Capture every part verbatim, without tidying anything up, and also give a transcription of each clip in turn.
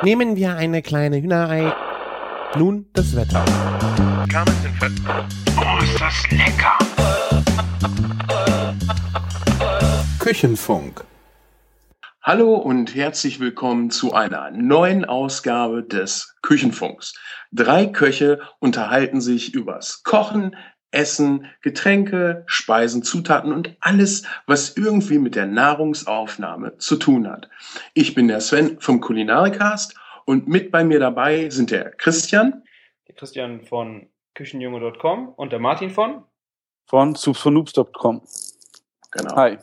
Nehmen wir eine kleine Hühnerei. Nun das Wetter. Oh, ist das lecker! Küchenfunk. Hallo und herzlich willkommen zu einer neuen Ausgabe des Küchenfunks. Drei Köche unterhalten sich übers Kochen, Essen, Getränke, Speisen, Zutaten und alles, was irgendwie mit der Nahrungsaufnahme zu tun hat. Ich bin der Sven vom Kulinarikast und mit bei mir dabei sind der Christian. Der Christian von Küchenjunge Punkt com und der Martin von? Von soups for noobs Punkt com. Genau. Hi.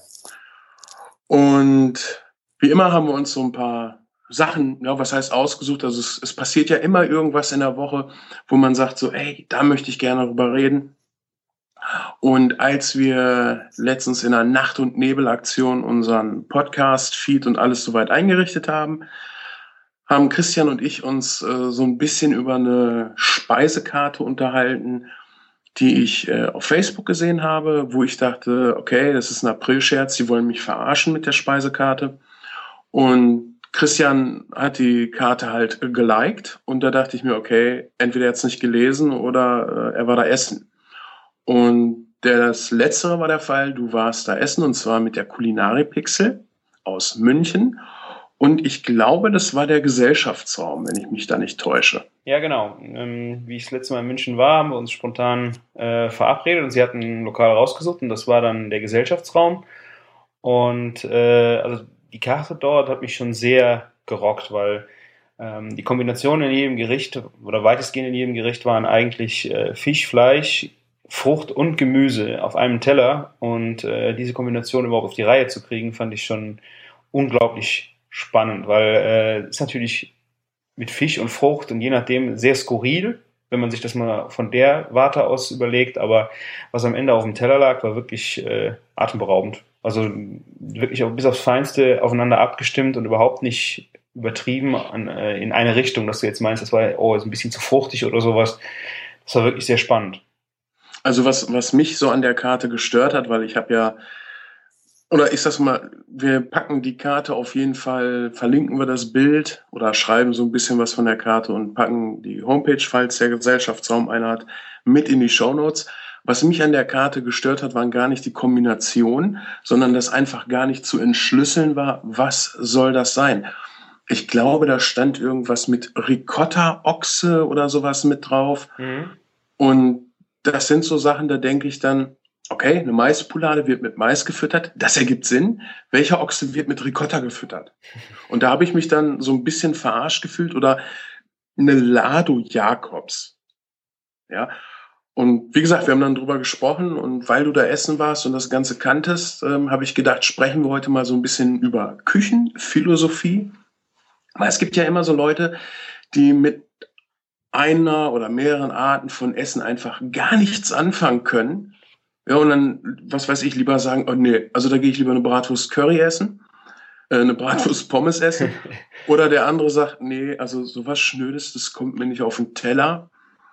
Und wie immer haben wir uns so ein paar Sachen, ja, was heißt ausgesucht, also es, es passiert ja immer irgendwas in der Woche, wo man sagt so, ey, da möchte ich gerne drüber reden. Und als wir letztens in der Nacht- und Nebelaktion unseren Podcast, Feed und alles soweit eingerichtet haben, haben Christian und ich uns äh, so ein bisschen über eine Speisekarte unterhalten, die ich äh, auf Facebook gesehen habe, wo ich dachte, okay, das ist ein Aprilscherz, die wollen mich verarschen mit der Speisekarte. Und Christian hat die Karte halt geliked und da dachte ich mir, okay, entweder er hat es nicht gelesen oder äh, er war da essen. Und das Letztere war der Fall, du warst da essen und zwar mit der Kulinaripixel aus München. Und ich glaube, das war der Gesellschaftsraum, wenn ich mich da nicht täusche. Ja, genau. Ähm, wie ich das letzte Mal in München war, haben wir uns spontan äh, verabredet und sie hatten ein Lokal rausgesucht und das war dann der Gesellschaftsraum. Und äh, also die Karte dort hat mich schon sehr gerockt, weil ähm, die Kombinationen in jedem Gericht oder weitestgehend in jedem Gericht waren eigentlich äh, Fisch, Fleisch, Frucht und Gemüse auf einem Teller. Und äh, diese Kombination überhaupt auf die Reihe zu kriegen, fand ich schon unglaublich spannend, weil äh, es ist natürlich mit Fisch und Frucht und je nachdem sehr skurril, wenn man sich das mal von der Warte aus überlegt, aber was am Ende auf dem Teller lag, war wirklich äh, atemberaubend. Also wirklich auch bis aufs Feinste aufeinander abgestimmt und überhaupt nicht übertrieben an, äh, in eine Richtung, dass du jetzt meinst, das war oh, ist ein bisschen zu fruchtig oder sowas. Das war wirklich sehr spannend. Also was, was mich so an der Karte gestört hat, weil ich habe ja, oder ich sag's mal, wir packen die Karte auf jeden Fall, verlinken wir das Bild oder schreiben so ein bisschen was von der Karte und packen die Homepage, falls der Gesellschaftsraum eine hat, mit in die Shownotes. Was mich an der Karte gestört hat, waren gar nicht die Kombination, sondern dass einfach gar nicht zu entschlüsseln war, was soll das sein. Ich glaube, da stand irgendwas mit Ricotta-Ochse oder sowas mit drauf. Mhm. Und das sind so Sachen, da denke ich dann, okay, eine Maispolade wird mit Mais gefüttert, das ergibt Sinn. Welcher Ochse wird mit Ricotta gefüttert? Und da habe ich mich dann so ein bisschen verarscht gefühlt oder eine Lado Jakobs. Ja. Und wie gesagt, wir haben dann drüber gesprochen und weil du da essen warst und das Ganze kanntest, ähm, habe ich gedacht, sprechen wir heute mal so ein bisschen über Küchenphilosophie. Weil es gibt ja immer so Leute, die mit einer oder mehreren Arten von Essen einfach gar nichts anfangen können. Ja, und dann, was weiß ich, lieber sagen, oh nee, also da gehe ich lieber eine Bratwurst Curry essen, äh, eine Bratwurst Pommes essen. Oder der andere sagt, nee, also sowas Schnödes, das kommt mir nicht auf den Teller.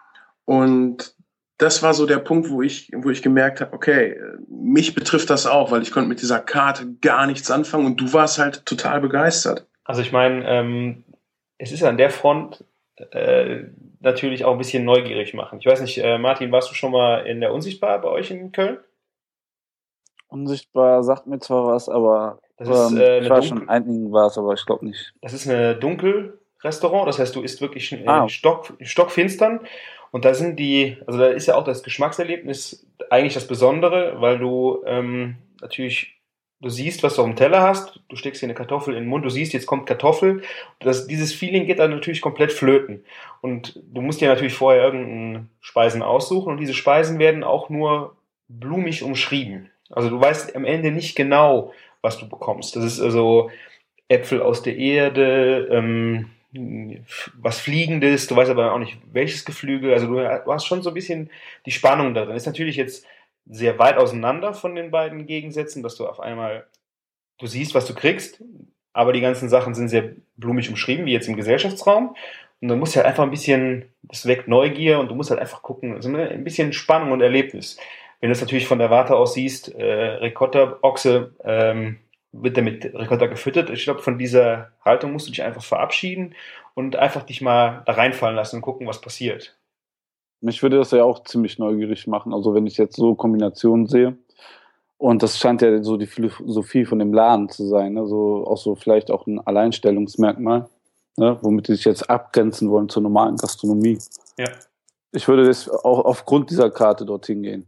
Und das war so der Punkt, wo ich, wo ich gemerkt habe, okay, mich betrifft das auch, weil ich konnte mit dieser Karte gar nichts anfangen und du warst halt total begeistert. Also ich meine, ähm, es ist an der Front äh, natürlich auch ein bisschen neugierig machen. Ich weiß nicht, äh, Martin, warst du schon mal in der Unsichtbar bei euch in Köln? Unsichtbar sagt mir zwar was, aber das ist, ähm, äh, ich war Dunkel- schon einigen war es, aber ich glaube nicht. Das ist eine Dunkelrestaurant, das heißt, du isst wirklich äh, Ah. stock, stockfinstern und da sind die, also da ist ja auch das Geschmackserlebnis eigentlich das Besondere, weil du ähm, natürlich du siehst, was du auf dem Teller hast, du steckst dir eine Kartoffel in den Mund, du siehst, jetzt kommt Kartoffel. Das, dieses Feeling geht dann natürlich komplett flöten. Und du musst dir natürlich vorher irgendeine Speisen aussuchen und diese Speisen werden auch nur blumig umschrieben. Also du weißt am Ende nicht genau, was du bekommst. Das ist also Äpfel aus der Erde, ähm, was Fliegendes, du weißt aber auch nicht, welches Geflügel. Also du, du hast schon so ein bisschen die Spannung da drin. Ist natürlich jetzt sehr weit auseinander von den beiden Gegensätzen, dass du auf einmal, du siehst, was du kriegst, aber die ganzen Sachen sind sehr blumig umschrieben, wie jetzt im Gesellschaftsraum. Und dann musst du halt einfach ein bisschen, das weckt Neugier und du musst halt einfach gucken, also ein bisschen Spannung und Erlebnis. Wenn du es natürlich von der Warte aus siehst, äh, Ricotta, Ochse, ähm, wird der mit Ricotta gefüttert. Ich glaube, von dieser Haltung musst du dich einfach verabschieden und einfach dich mal da reinfallen lassen und gucken, was passiert. Mich würde das ja auch ziemlich neugierig machen, also wenn ich jetzt so Kombinationen sehe. Und das scheint ja so die Philosophie von dem Laden zu sein, also auch so vielleicht auch ein Alleinstellungsmerkmal, ne, womit die sich jetzt abgrenzen wollen zur normalen Gastronomie. Ja. Ich würde das auch aufgrund dieser Karte dorthin gehen.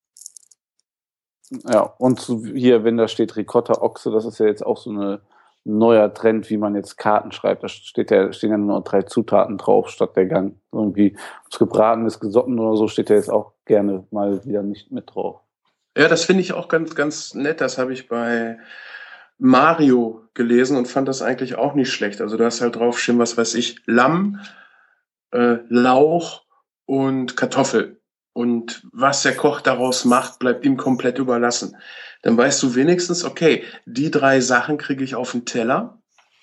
Ja, und so hier, wenn da steht Ricotta Ochse, das ist ja jetzt auch so ein neuer Trend, wie man jetzt Karten schreibt. Da steht ja, stehen ja nur noch drei Zutaten drauf statt der Gang. Irgendwie was Gebratenes, gesotten oder so steht ja jetzt auch gerne mal wieder nicht mit drauf. Ja, das finde ich auch ganz, ganz nett. Das habe ich bei Mario gelesen und fand das eigentlich auch nicht schlecht. Also du hast halt draufstehen, was weiß ich, Lamm, äh, Lauch und Kartoffel. Und was der Koch daraus macht, bleibt ihm komplett überlassen. Dann weißt du wenigstens, okay, die drei Sachen kriege ich auf den Teller.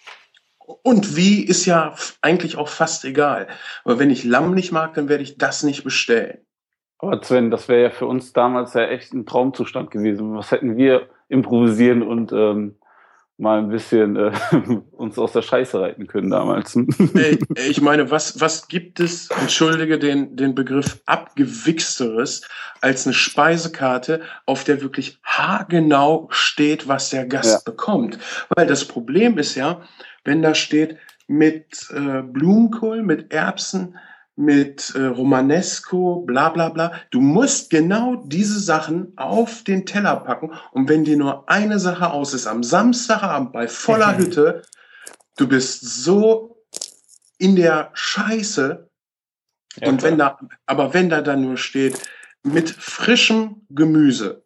Und wie ist ja eigentlich auch fast egal. Aber wenn ich Lamm nicht mag, dann werde ich das nicht bestellen. Aber Sven, das wäre ja für uns damals ja echt ein Traumzustand gewesen. Was hätten wir improvisieren und ähm, mal ein bisschen äh, uns aus der Scheiße reiten können damals. Ey, ich meine, was, was gibt es, entschuldige den, den Begriff, abgewichsteres als eine Speisekarte, auf der wirklich haargenau steht, was der Gast Ja. bekommt? Weil das Problem ist ja, wenn da steht mit äh, Blumenkohl, mit Erbsen, mit äh, Romanesco, bla bla bla. Du musst genau diese Sachen auf den Teller packen. Und wenn dir nur eine Sache aus ist, am Samstagabend bei voller Hütte, du bist so in der Scheiße. Ja, und wenn klar. da, aber wenn da dann nur steht, mit frischem Gemüse,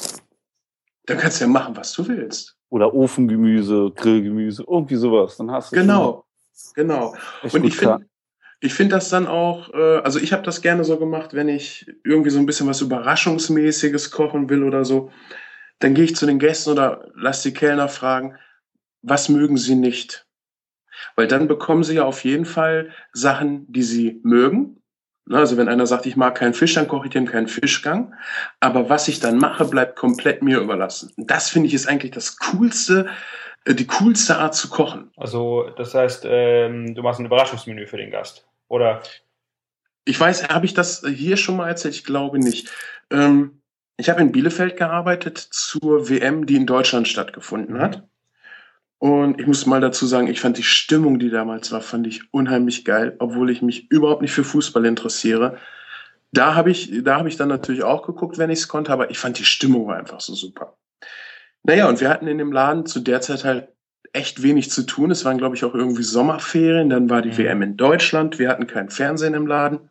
dann kannst du ja machen, was du willst. Oder Ofengemüse, Grillgemüse, irgendwie sowas. Dann hast du Genau, genau. schon echt Und gut ich finde, Karten. Ich finde das dann auch, äh, also ich habe das gerne so gemacht, wenn ich irgendwie so ein bisschen was Überraschungsmäßiges kochen will oder so, dann gehe ich zu den Gästen oder lass die Kellner fragen, was mögen sie nicht? Weil dann bekommen sie ja auf jeden Fall Sachen, die sie mögen. Na, Also wenn einer sagt, ich mag keinen Fisch, dann koche ich dem keinen Fischgang. Aber was ich dann mache, bleibt komplett mir überlassen. Und das finde ich ist eigentlich das coolste, äh, die coolste Art zu kochen. Also, das heißt, ähm, du machst ein Überraschungsmenü für den Gast. Oder? Ich weiß, habe ich das hier schon mal erzählt? Ich glaube nicht. Ähm, ich habe in Bielefeld gearbeitet zur W M, die in Deutschland stattgefunden hat. Und ich muss mal dazu sagen, ich fand die Stimmung, die damals war, fand ich unheimlich geil, obwohl ich mich überhaupt nicht für Fußball interessiere. Da habe ich, da habe ich dann natürlich auch geguckt, wenn ich es konnte, aber ich fand die Stimmung war einfach so super. Naja, und wir hatten in dem Laden zu der Zeit halt echt wenig zu tun. Es waren, glaube ich, auch irgendwie Sommerferien. Dann war die Mhm. W M in Deutschland. Wir hatten kein Fernsehen im Laden.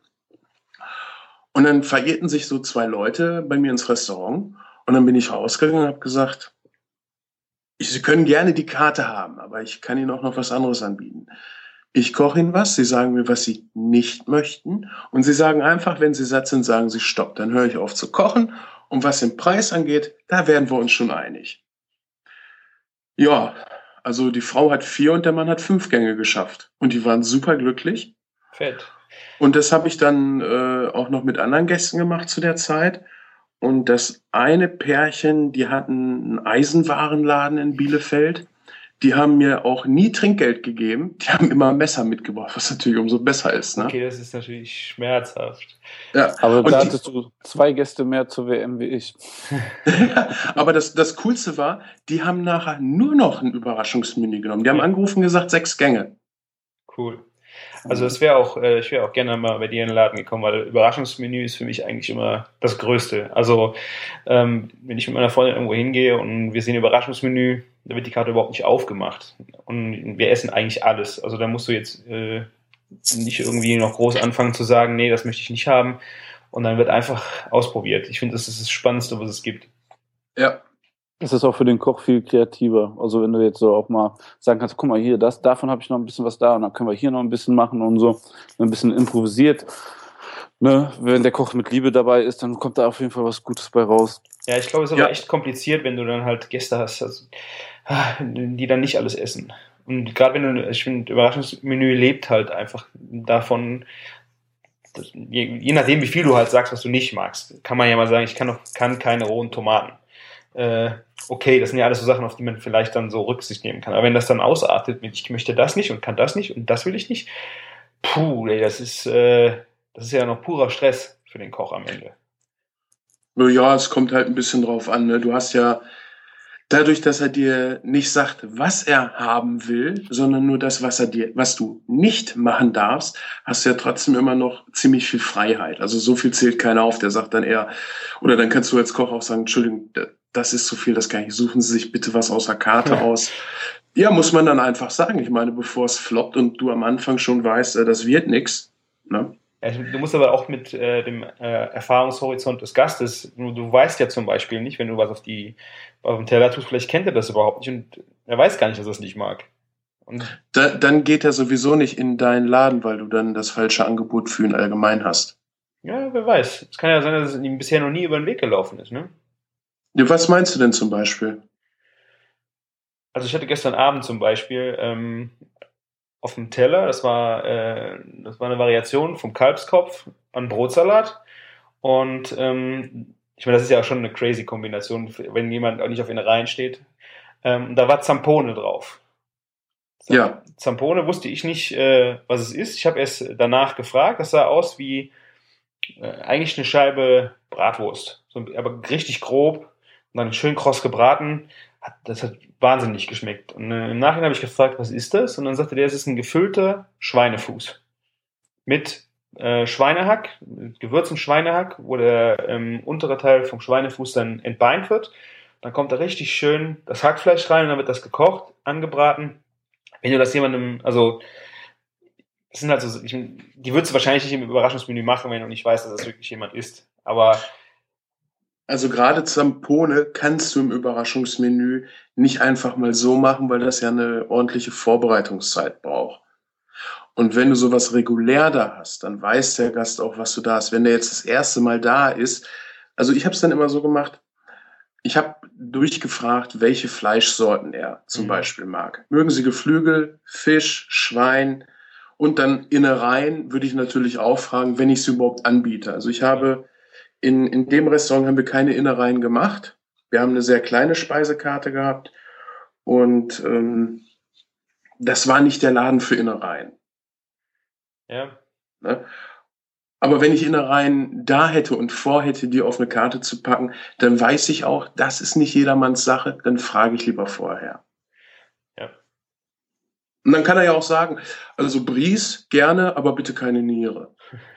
Und dann verirrten sich so zwei Leute bei mir ins Restaurant. Und dann bin ich rausgegangen und habe gesagt, ich, Sie können gerne die Karte haben, aber ich kann Ihnen auch noch was anderes anbieten. Ich koche Ihnen was, Sie sagen mir, was Sie nicht möchten. Und Sie sagen einfach, wenn Sie satt sind, sagen Sie Stopp. Dann höre ich auf zu kochen. Und was den Preis angeht, da werden wir uns schon einig. Ja, also die Frau hat vier und der Mann hat fünf Gänge geschafft. Und die waren super glücklich. Fett. Und das habe ich dann äh, auch noch mit anderen Gästen gemacht zu der Zeit. Und das eine Pärchen, die hatten einen Eisenwarenladen in Bielefeld. Die haben mir auch nie Trinkgeld gegeben. Die haben immer ein Messer mitgebracht, was natürlich umso besser ist. Ne? Okay, das ist natürlich schmerzhaft. Ja. Aber Und da die- hattest du zwei Gäste mehr zur W M wie ich. Aber das, das Coolste war, die haben nachher nur noch ein Überraschungsmenü genommen. Die haben Ja. angerufen und gesagt, sechs Gänge. Cool. Also das wäre auch, äh, ich wäre auch gerne mal bei dir in den Laden gekommen, weil Überraschungsmenü ist für mich eigentlich immer das Größte. Also ähm, wenn ich mit meiner Freundin irgendwo hingehe und wir sehen ein Überraschungsmenü, da wird die Karte überhaupt nicht aufgemacht. Und wir essen eigentlich alles. Also da musst du jetzt äh, nicht irgendwie noch groß anfangen zu sagen, nee, das möchte ich nicht haben. Und dann wird einfach ausprobiert. Ich finde, das ist das Spannendste, was es gibt. Ja. Es ist auch für den Koch viel kreativer. Also wenn du jetzt so auch mal sagen kannst, guck mal hier, das, davon habe ich noch ein bisschen was da und dann können wir hier noch ein bisschen machen und so, ein bisschen improvisiert. Ne? Wenn der Koch mit Liebe dabei ist, dann kommt da auf jeden Fall was Gutes bei raus. Ja, ich glaube, es ist aber Ja. echt kompliziert, wenn du dann halt Gäste hast, also, die dann nicht alles essen. Und gerade wenn du, ich finde, Überraschungsmenü lebt halt einfach davon, dass, je, je nachdem, wie viel du halt sagst, was du nicht magst, kann man ja mal sagen, ich kann, noch, kann keine rohen Tomaten. Äh, okay, das sind ja alles so Sachen, auf die man vielleicht dann so Rücksicht nehmen kann. Aber wenn das dann ausartet mit, ich möchte das nicht und kann das nicht und das will ich nicht, puh, ey, das ist, äh, das ist ja noch purer Stress für den Koch am Ende. Ja, es kommt halt ein bisschen drauf an. Ne? Du hast ja dadurch, dass er dir nicht sagt, was er haben will, sondern nur das, was er dir, was du nicht machen darfst, hast du ja trotzdem immer noch ziemlich viel Freiheit. Also so viel zählt keiner auf, der sagt dann eher, oder dann kannst du als Koch auch sagen, Entschuldigung, das ist zu viel, das kann ich, suchen Sie sich bitte was aus der Karte Ja. aus. Ja, muss man dann einfach sagen. Ich meine, bevor es floppt und du am Anfang schon weißt, äh, das wird nix, ne? Ja, du musst aber auch mit äh, dem äh, Erfahrungshorizont des Gastes, du, du weißt ja zum Beispiel nicht, wenn du was auf die auf dem Teller tust, vielleicht kennt er das überhaupt nicht und er weiß gar nicht, dass er es nicht mag. Und Da, dann geht er sowieso nicht in deinen Laden, weil du dann das falsche Angebot für ihn allgemein hast. ja, wer weiß. Es kann ja sein, dass es ihm bisher noch nie über den Weg gelaufen ist, ne? Ja, was meinst du denn zum Beispiel? Also ich hatte gestern Abend zum Beispiel ähm, auf dem Teller, das war, äh, das war eine Variation vom Kalbskopf an Brotsalat. Und ähm, ich meine, das ist ja auch schon eine crazy Kombination, wenn jemand auch nicht auf Innereien steht. Ähm, da war Zampone drauf. Zam- Ja. Zampone wusste ich nicht, äh, was es ist. Ich habe erst danach gefragt. Das sah aus wie äh, eigentlich eine Scheibe Bratwurst. So, aber richtig grob und dann schön kross gebraten. Hat, das hat wahnsinnig geschmeckt. Und äh, im Nachhinein habe ich gefragt, was ist das? Und dann sagte der, es ist ein gefüllter Schweinefuß. Mit äh, Schweinehack, mit gewürztem Schweinehack, wo der ähm, untere Teil vom Schweinefuß dann entbeint wird. Dann kommt da richtig schön das Hackfleisch rein und dann wird das gekocht, angebraten. Wenn du das jemandem, also das sind halt so, ich, die würdest du wahrscheinlich nicht im Überraschungsmenü machen, wenn du nicht weißt, dass das wirklich jemand isst. Aber Also gerade Zampone kannst du im Überraschungsmenü nicht einfach mal so machen, weil das ja eine ordentliche Vorbereitungszeit braucht. Und wenn du sowas regulär da hast, dann weiß der Gast auch, was du da hast. Wenn der jetzt das erste Mal da ist, also ich habe es dann immer so gemacht, ich habe durchgefragt, welche Fleischsorten er zum Mhm. Beispiel mag. Mögen Sie Geflügel, Fisch, Schwein und dann Innereien würde ich natürlich auch fragen, wenn ich sie überhaupt anbiete. Also ich habe in, in dem Restaurant haben wir keine Innereien gemacht. Wir haben eine sehr kleine Speisekarte gehabt und ähm, das war nicht der Laden für Innereien. ja, Ne? Aber wenn ich Innereien da hätte und vorhätte, die auf eine Karte zu packen, dann weiß ich auch, das ist nicht jedermanns Sache, dann frage ich lieber vorher. ja. Und dann kann er ja auch sagen, also Bries gerne, aber bitte keine Niere.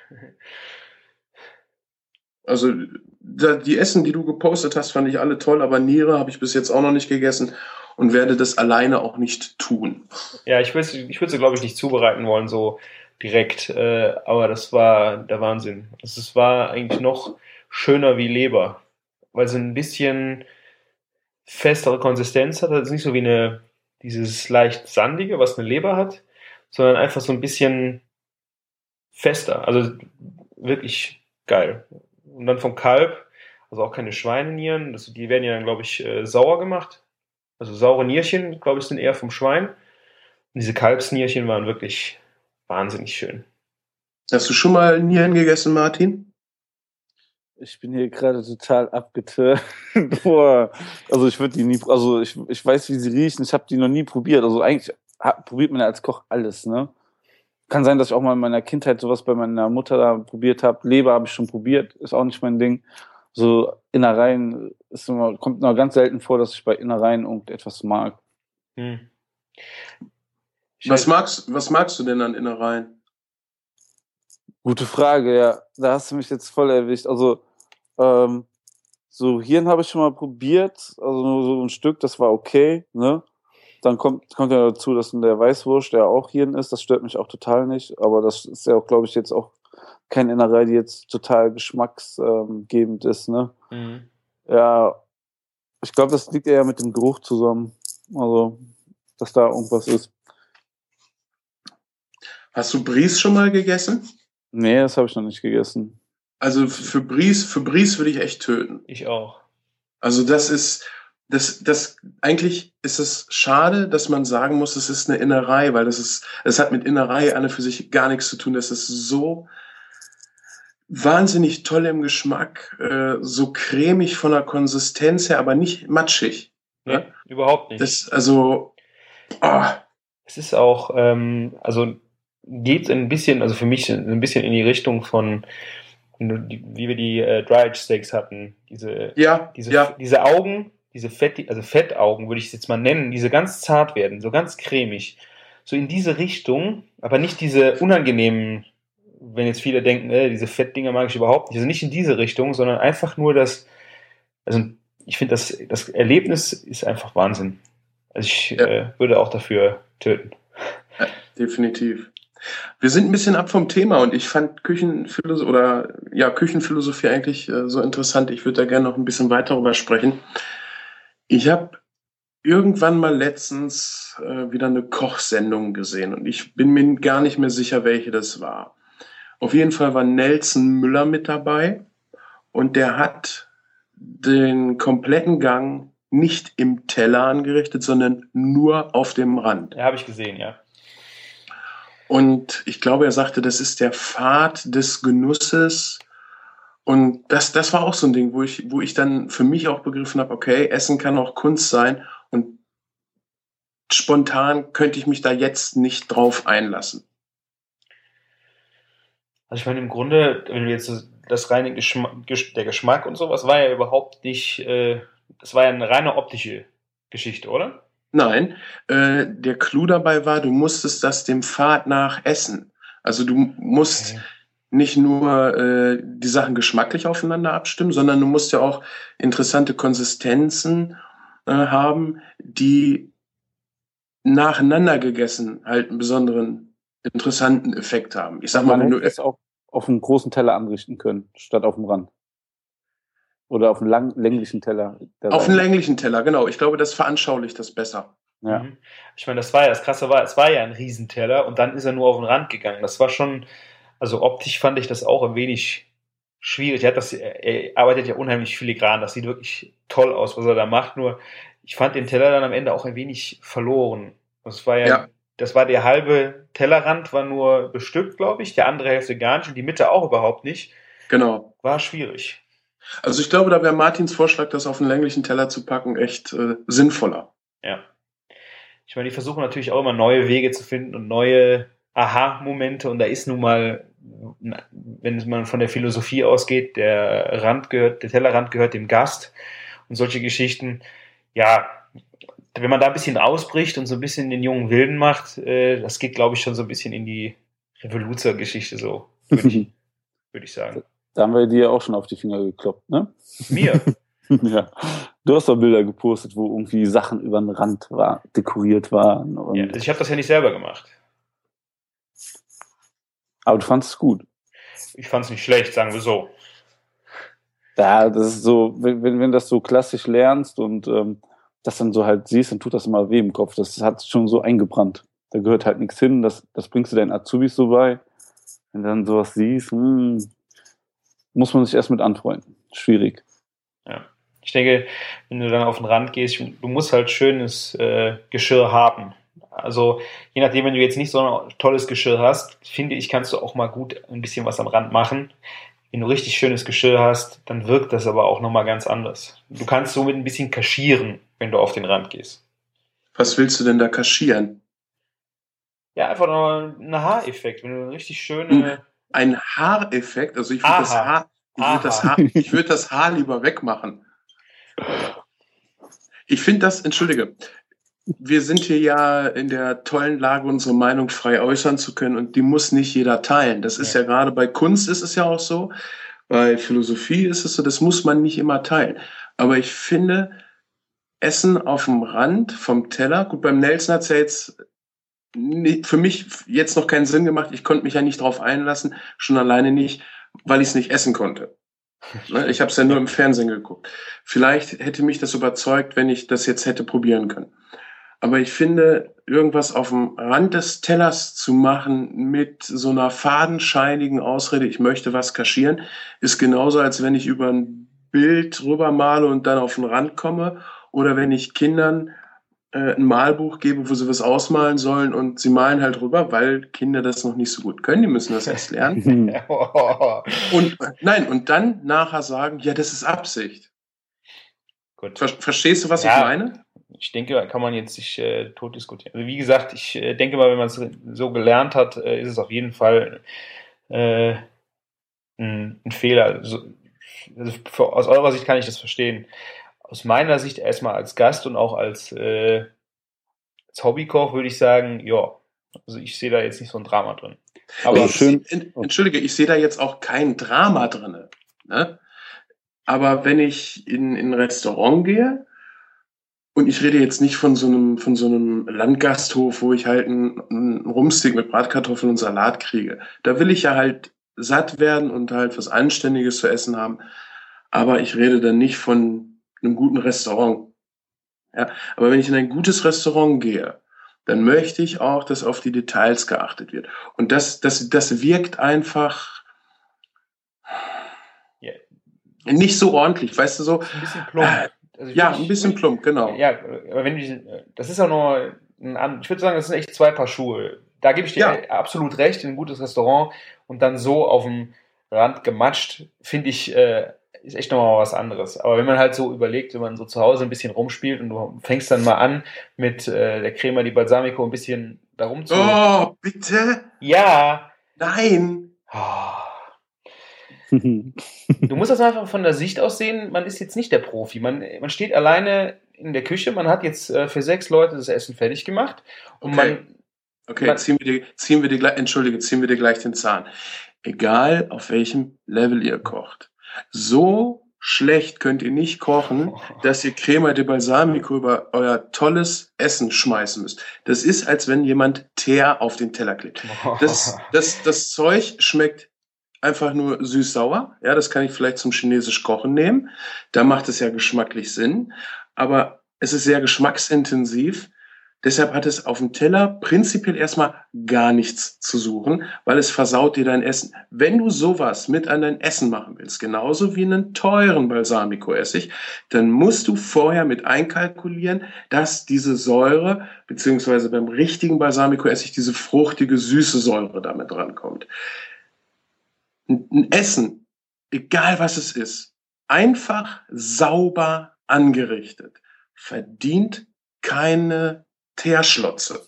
Also da, die Essen, die du gepostet hast, fand ich alle toll, aber Niere habe ich bis jetzt auch noch nicht gegessen und werde das alleine auch nicht tun. Ja, ich würde ich würd sie, glaube ich, nicht zubereiten wollen, so direkt. Äh, aber das war der Wahnsinn. Das ist- war eigentlich noch schöner wie Leber, weil sie ein bisschen festere Konsistenz hat. Das ist nicht so wie eine, dieses leicht sandige, was eine Leber hat, sondern einfach so ein bisschen fester. Also wirklich geil. Und dann vom Kalb, also auch keine Schweinenieren, das, die werden ja dann, glaube ich, äh, sauer gemacht. Also saure Nierchen, glaube ich, sind eher vom Schwein. Und diese Kalbsnierchen waren wirklich wahnsinnig schön. Hast du schon mal Nieren gegessen, Martin? Ich bin hier gerade total abgetört. Boah. Also ich würde die nie, also ich, ich weiß, wie sie riechen. Ich habe die noch nie probiert. Also eigentlich ha- probiert man ja als Koch alles, ne? Kann sein, dass ich auch mal in meiner Kindheit sowas bei meiner Mutter da probiert habe. Leber habe ich schon probiert, ist auch nicht mein Ding. So Innereien ist immer, kommt nur ganz selten vor, dass ich bei Innereien irgendetwas mag. Hm. Was magst, was magst du denn an Innereien? Gute Frage, ja. Da hast du mich jetzt voll erwischt. Also, ähm, so Hirn habe ich schon mal probiert, also nur so ein Stück, das war okay, ne? Dann kommt, kommt ja dazu, dass in der Weißwurst ja auch Hirn ist, das stört mich auch total nicht, aber das ist ja auch, glaube ich, jetzt auch keine Innerei, die jetzt total geschmacksgebend ist, ne? Mhm. Ja, ich glaube, das liegt eher mit dem Geruch zusammen, also, dass da irgendwas ist. Hast du Bries schon mal gegessen? Nee, das habe ich noch nicht gegessen. Also für Bries, für Bries würde ich echt töten. Ich auch. Also das ist, das, das, eigentlich ist es schade, dass man sagen muss, es ist eine Innerei, weil das ist, es hat mit Innerei an und für sich gar nichts zu tun. Das ist so, wahnsinnig toll im Geschmack, äh, so cremig von der Konsistenz her, aber nicht matschig. Nee, Ne? überhaupt nicht. Das, also, oh, Es ist auch, ähm, also geht ein bisschen, also für mich ein bisschen in die Richtung von, wie wir die äh, Dry Age Steaks hatten. Diese, ja, diese, ja, diese Augen, diese Fett, also Fettaugen würde ich es jetzt mal nennen, diese ganz zart werden, so ganz cremig. So in diese Richtung, aber nicht diese unangenehmen, wenn jetzt viele denken, äh, diese Fettdinger mag ich überhaupt nicht. Also nicht in diese Richtung, sondern einfach nur das, also ich finde, das, das Erlebnis ist einfach Wahnsinn. Also ich ja, äh, würde auch dafür töten. ja, definitiv. Wir sind ein bisschen ab vom Thema und ich fand Küchenphilosophie oder ja, Küchenphilosophie eigentlich äh, so interessant. Ich würde da gerne noch ein bisschen weiter darüber sprechen. Ich habe irgendwann mal letztens äh, wieder eine Kochsendung gesehen und ich bin mir gar nicht mehr sicher, welche das war. Auf jeden Fall war Nelson Müller mit dabei und der hat den kompletten Gang nicht im Teller angerichtet, sondern nur auf dem Rand. Ja, habe ich gesehen, ja. Und ich glaube, er sagte, das ist der Pfad des Genusses. Und das, das war auch so ein Ding, wo ich, wo ich dann für mich auch begriffen habe, okay, Essen kann auch Kunst sein. Und spontan könnte ich mich da jetzt nicht drauf einlassen. Also ich meine, im Grunde, wenn du jetzt das reine Geschmack, der Geschmack und sowas war ja überhaupt nicht, äh, das war ja eine reine optische Geschichte, oder? Nein, äh, der Clou dabei war, du musstest das dem Pfad nach essen. Also du musst Okay. nicht nur äh, die Sachen geschmacklich aufeinander abstimmen, sondern du musst ja auch interessante Konsistenzen äh, haben, die nacheinander gegessen halt einen besonderen, interessanten Effekt haben. Ich sag mal, Man wenn hätte du es auch auf einem großen Teller anrichten können, statt auf dem Rand. Oder auf einem lang, länglichen Teller. Der auf einen Seite. länglichen Teller, genau, ich glaube, das veranschaulicht das besser. Ja. Mhm. Ich meine, das war ja, das Krasse war, es war ja ein Riesenteller und dann ist er nur auf den Rand gegangen. Das war schon, also optisch fand ich das auch ein wenig schwierig. Er, hat das, er arbeitet ja unheimlich filigran, das sieht wirklich toll aus, was er da macht. Nur, ich fand den Teller dann am Ende auch ein wenig verloren. Das war ja, Ja. das war der halbe Tellerrand, war nur bestückt, glaube ich, der andere Hälfte gar nicht und die Mitte auch überhaupt nicht. Genau. War schwierig. Also ich glaube, da wäre Martins Vorschlag, das auf einen länglichen Teller zu packen, echt äh, sinnvoller. Ja. Ich meine, die versuchen natürlich auch immer neue Wege zu finden und neue Aha-Momente. Und da ist nun mal, wenn man von der Philosophie ausgeht, der Rand gehört, der Tellerrand gehört dem Gast und solche Geschichten. Ja, wenn man da ein bisschen ausbricht und so ein bisschen den jungen Wilden macht, äh, das geht, glaube ich, schon so ein bisschen in die Revoluzer-Geschichte so, würde ich, würd ich sagen. Da haben wir dir auch schon auf die Finger gekloppt, ne? Mir? Ja. Du hast doch Bilder gepostet, wo irgendwie Sachen über den Rand war, dekoriert waren. Und Ja, also ich habe das ja nicht selber gemacht. aber du fandest es gut. Ich fand es nicht schlecht, sagen wir so. Ja, das ist so, wenn, wenn, wenn das so klassisch lernst und ähm, das dann so halt siehst, dann tut das immer weh im Kopf. Das hat schon so eingebrannt. Da gehört halt nichts hin. Das, das bringst du deinen Azubis so bei. Wenn du dann sowas siehst, hm, muss man sich erst mit anfreunden. Schwierig. Ja. Ich denke, wenn du dann auf den Rand gehst, du musst halt schönes äh, Geschirr haben. Also je nachdem, wenn du jetzt nicht so ein tolles Geschirr hast, finde ich, kannst du auch mal gut ein bisschen was am Rand machen. Wenn du richtig schönes Geschirr hast, dann wirkt das aber auch nochmal ganz anders. Du kannst somit ein bisschen kaschieren, wenn du auf den Rand gehst. Was willst du denn da kaschieren? Ja, einfach noch ein Haareffekt. Wenn du eine richtig schöne... Ein Haareffekt? Also ich würde das Aha. Haar, ich würde das Aha. Haar, ich würde das Haar lieber wegmachen. Ich finde das, entschuldige, wir sind hier ja in der tollen Lage, unsere Meinung frei äußern zu können und die muss nicht jeder teilen. Das ist ja, Ja. gerade bei Kunst ist es ja auch so, bei Philosophie ist es so, das muss man nicht immer teilen. Aber ich finde, Essen auf dem Rand vom Teller, gut, beim Nelson hat es ja jetzt nie- für mich jetzt noch keinen Sinn gemacht. Ich konnte mich ja nicht drauf einlassen, schon alleine nicht, weil ich es nicht essen konnte. Ne, Ich habe es ja nur im Fernsehen geguckt. Vielleicht hätte mich das überzeugt, wenn ich das jetzt hätte probieren können. Aber ich finde, irgendwas auf dem Rand des Tellers zu machen mit so einer fadenscheinigen Ausrede, ich möchte was kaschieren, ist genauso, als wenn ich über ein Bild rüber male und dann auf den Rand komme. Oder wenn ich Kindern äh, ein Malbuch gebe, wo sie was ausmalen sollen und sie malen halt rüber, weil Kinder das noch nicht so gut können, die müssen das erst lernen. Und nein, und dann nachher sagen, ja, das ist Absicht. Gut. Ver Verstehst du, was Ja. ich meine? Ich denke, da kann man jetzt nicht äh, tot diskutieren. Also wie gesagt, ich äh, denke mal, wenn man es so gelernt hat, äh, ist es auf jeden Fall äh, ein, ein Fehler. Also, also für, aus eurer Sicht kann ich das verstehen. Aus meiner Sicht erstmal als Gast und auch als, äh, als Hobbykoch würde ich sagen, ja, also ich sehe da jetzt nicht so ein Drama drin. Aber Also ich, schön- en- Entschuldige, ich sehe da jetzt auch kein Drama drin. Ne? Aber wenn ich in, in ein Restaurant gehe, und ich rede jetzt nicht von so einem, von so einem Landgasthof, wo ich halt einen, einen Rumsteak mit Bratkartoffeln und Salat kriege. Da will ich ja halt satt werden und halt was Anständiges zu essen haben. Aber ich rede dann nicht von einem guten Restaurant. Ja, aber wenn ich in ein gutes Restaurant gehe, dann möchte ich auch, dass auf die Details geachtet wird. Und das, das, das wirkt einfach Ja. nicht so ordentlich, weißt du so? ein bisschen plump. Also ich Ja, würd- ein bisschen plump, genau. Ja, aber wenn du, das ist auch nur ein, an- ich würde sagen, das sind echt zwei Paar Schuhe. Da gebe ich dir Ja. absolut recht, in ein gutes Restaurant und dann so auf dem Rand gematscht, finde ich, äh, ist echt nochmal was anderes. Aber wenn man halt so überlegt, wenn man so zu Hause ein bisschen rumspielt und du fängst dann mal an mit äh, der Crema di Balsamico ein bisschen da rum zu. Oh, bitte? Ja. Nein! Du musst das einfach von der Sicht aus sehen, man ist jetzt nicht der Profi. Man, man steht alleine in der Küche, man hat jetzt äh, für sechs Leute das Essen fertig gemacht und Okay. man. Okay, Man- ziehen wir dir, ziehen wir dir gleich, entschuldige, ziehen wir dir gleich den Zahn. Egal, auf welchem Level ihr kocht. So schlecht könnt ihr nicht kochen, dass ihr Crema de Balsamico über euer tolles Essen schmeißen müsst. Das ist, als wenn jemand Teer auf den Teller klebt. Das, das, das Zeug schmeckt einfach nur süß-sauer. Ja, das kann ich vielleicht zum chinesisch Kochen nehmen. Da macht es ja geschmacklich Sinn. Aber es ist sehr geschmacksintensiv. Deshalb hat es auf dem Teller prinzipiell erstmal gar nichts zu suchen, weil es versaut dir dein Essen. Wenn du sowas mit an dein Essen machen willst, genauso wie einen teuren Balsamico-Essig, dann musst du vorher mit einkalkulieren, dass diese Säure, beziehungsweise beim richtigen Balsamico-Essig diese fruchtige, süße Säure damit drankommt. Ein ein Essen, egal was es ist, einfach sauber angerichtet, verdient keine Teerschlotze.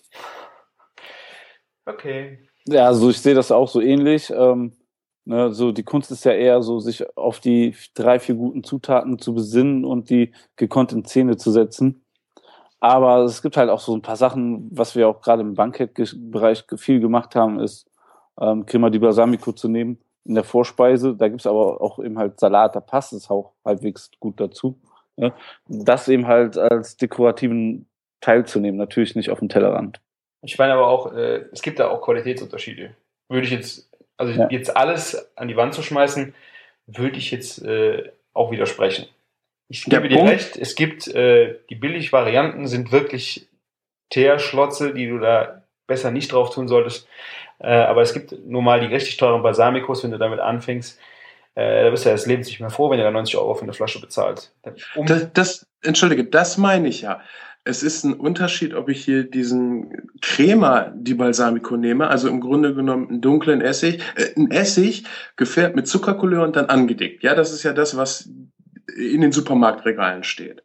Okay. Ja, also ich sehe das auch so ähnlich. Ähm, ne, so die Kunst ist ja eher so, sich auf die drei, vier guten Zutaten zu besinnen und die gekonnt in Szene zu setzen. Aber es gibt halt auch so ein paar Sachen, was wir auch gerade im Bankettbereich viel gemacht haben, ist ähm, Crema di Balsamico zu nehmen in der Vorspeise. Da gibt es aber auch eben halt Salat, da passt es auch halbwegs gut dazu. Ja? Das eben halt als dekorativen Teil zu nehmen, natürlich nicht auf dem Tellerrand. Ich meine aber auch, äh, es gibt da auch Qualitätsunterschiede. Würde ich jetzt, also Ja. jetzt alles an die Wand zu schmeißen, würde ich jetzt äh, auch widersprechen. Ich Der gebe dir Punkt- recht, es gibt, äh, die Billigvarianten sind wirklich Teerschlotze, die du da besser nicht drauf tun solltest. Äh, aber es gibt nun mal die richtig teuren Balsamicos, wenn du damit anfängst. Äh, da bist du ja das Leben nicht mehr froh, wenn du da neunzig Euro für eine Flasche bezahlt. Um, Das, das, entschuldige, das meine ich ja. Es ist ein Unterschied, ob ich hier diesen Crema di Balsamico nehme, also im Grunde genommen einen dunklen Essig, äh, ein Essig gefärbt mit Zuckercouleur und dann angedickt. Ja, das ist ja das, was in den Supermarktregalen steht.